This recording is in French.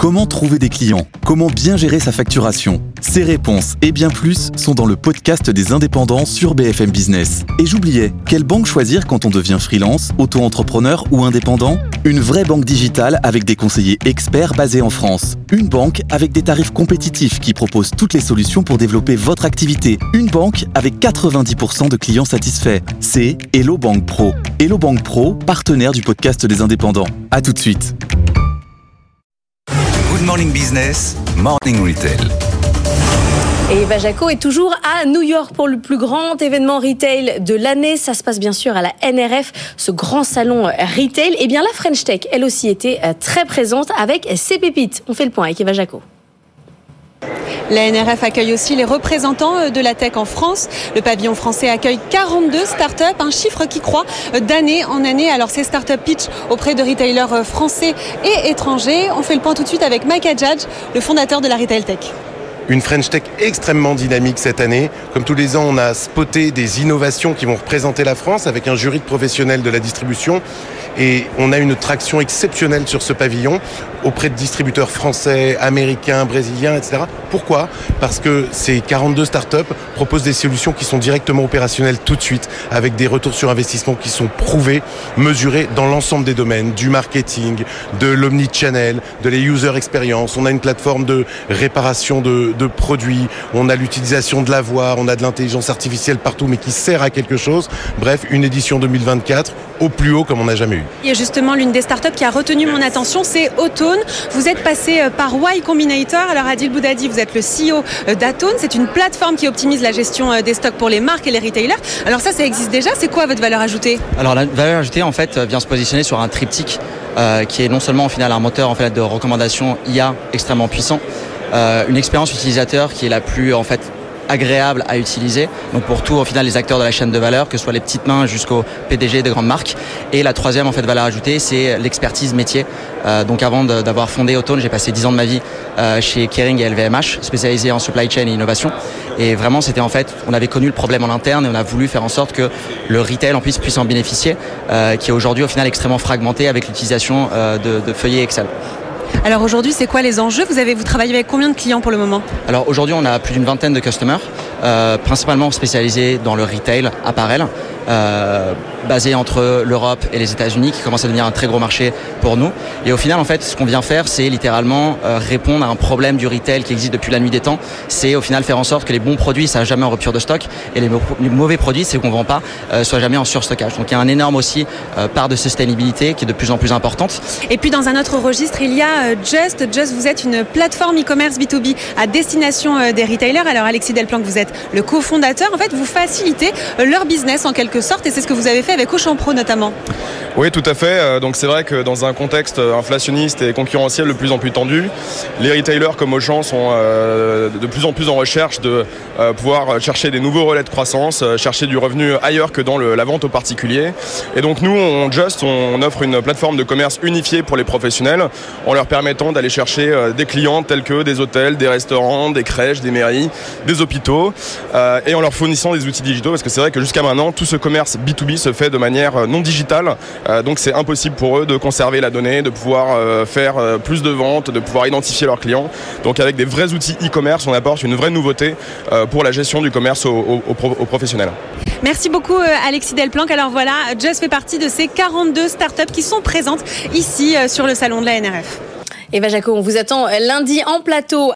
Comment trouver des clients ? Comment bien gérer sa facturation ? Ces réponses et bien plus sont dans le podcast des indépendants sur BFM Business. Et j'oubliais, quelle banque choisir quand on devient freelance, auto-entrepreneur ou indépendant ? Une vraie banque digitale avec des conseillers experts basés en France. Une banque avec des tarifs compétitifs qui propose toutes les solutions pour développer votre activité. Une banque avec 90% de clients satisfaits. C'est Hello Bank Pro. Hello Bank Pro, partenaire du podcast des indépendants. À tout de suite. Good Morning Business, Morning Retail. Et Eva Jaco est toujours à New York pour le plus grand événement retail de l'année. Ça se passe bien sûr à la NRF, ce grand salon retail. Et bien la French Tech, elle aussi était très présente avec ses pépites. On fait le point avec Eva Jaco. La NRF accueille aussi les représentants de la tech en France. Le pavillon français accueille 42 startups, un chiffre qui croît d'année en année. Alors ces startups pitch auprès de retailers français et étrangers. On fait le point tout de suite avec Mike Adjadj, le fondateur de la Retail Tech. Une French Tech extrêmement dynamique cette année. Comme tous les ans, on a spoté des innovations qui vont représenter la France avec un jury de professionnels de la distribution. Et on a une traction exceptionnelle sur ce pavillon auprès de distributeurs français, américains, brésiliens, etc. Pourquoi ? Parce que ces 42 startups proposent des solutions qui sont directement opérationnelles tout de suite, avec des retours sur investissement qui sont prouvés, mesurés dans l'ensemble des domaines, du marketing, de l'omnichannel, de les user experience. On a une plateforme de réparation de produits, on a l'utilisation de l'avoir, on a de l'intelligence artificielle partout, mais qui sert à quelque chose. Bref, une édition 2024 au plus haut comme on n'a jamais eu. Et justement, l'une des startups qui a retenu mon attention, c'est Ottone. Vous êtes passé par Y Combinator. Alors Adil Boudadi, vous êtes le CEO d'Ottone. C'est une plateforme qui optimise la gestion des stocks pour les marques et les retailers. Alors ça existe déjà. C'est quoi votre valeur ajoutée ? Alors la valeur ajoutée, en fait, vient se positionner sur un triptyque qui est non seulement, au final, un moteur en fait, de recommandation IA extrêmement puissant, une expérience utilisateur qui est la plus, en fait, agréable à utiliser, donc pour tous au final les acteurs de la chaîne de valeur, que ce soit les petites mains jusqu'au PDG de grandes marques. Et la troisième en fait valeur ajoutée, c'est l'expertise métier. Donc avant d'avoir fondé Ottone, j'ai passé 10 ans de ma vie chez Kering et LVMH, spécialisé en supply chain et innovation. Et vraiment c'était en fait, on avait connu le problème en interne et on a voulu faire en sorte que le retail en plus puisse en bénéficier, qui est aujourd'hui au final extrêmement fragmenté avec l'utilisation de feuillets Excel. Alors aujourd'hui, c'est quoi les enjeux ? Vous travaillez avec combien de clients pour le moment ? Alors aujourd'hui, on a plus d'une vingtaine de customers, principalement spécialisés dans le retail apparel, basé entre l'Europe et les États-Unis, qui commence à devenir un très gros marché pour nous. Et au final, en fait, ce qu'on vient faire, c'est littéralement répondre à un problème du retail qui existe depuis la nuit des temps. C'est au final faire en sorte que les bons produits, ça soit jamais en rupture de stock, et les mauvais produits, c'est qu'on ne vend pas, soient jamais en surstockage. Donc il y a un énorme aussi part de sustainabilité qui est de plus en plus importante. Et puis dans un autre registre, il y a Just. Just, vous êtes une plateforme e-commerce B2B à destination des retailers. Alors Alexis Delplanque, vous êtes le cofondateur. En fait, vous facilitez leur business en quelque sorte, et c'est ce que vous avez fait avec Auchan Pro notamment. Oui, tout à fait. Donc c'est vrai que dans un contexte inflationniste et concurrentiel de plus en plus tendu, les retailers comme Auchan sont de plus en plus en recherche de pouvoir chercher des nouveaux relais de croissance, chercher du revenu ailleurs que dans la vente aux particuliers. Et donc nous, on offre une plateforme de commerce unifiée pour les professionnels, en leur permettant d'aller chercher des clients tels que des hôtels, des restaurants, des crèches, des mairies, des hôpitaux, et en leur fournissant des outils digitaux, parce que c'est vrai que jusqu'à maintenant, tout ce commerce B2B se fait de manière non digitale, donc c'est impossible pour eux de conserver la donnée, de pouvoir faire plus de ventes, de pouvoir identifier leurs clients. Donc avec des vrais outils e-commerce, on apporte une vraie nouveauté pour la gestion du commerce aux professionnels. Merci beaucoup Alexis Delplanque. Alors voilà, Just fait partie de ces 42 startups qui sont présentes ici sur le salon de la NRF. Eva Jaco, on vous attend lundi en plateau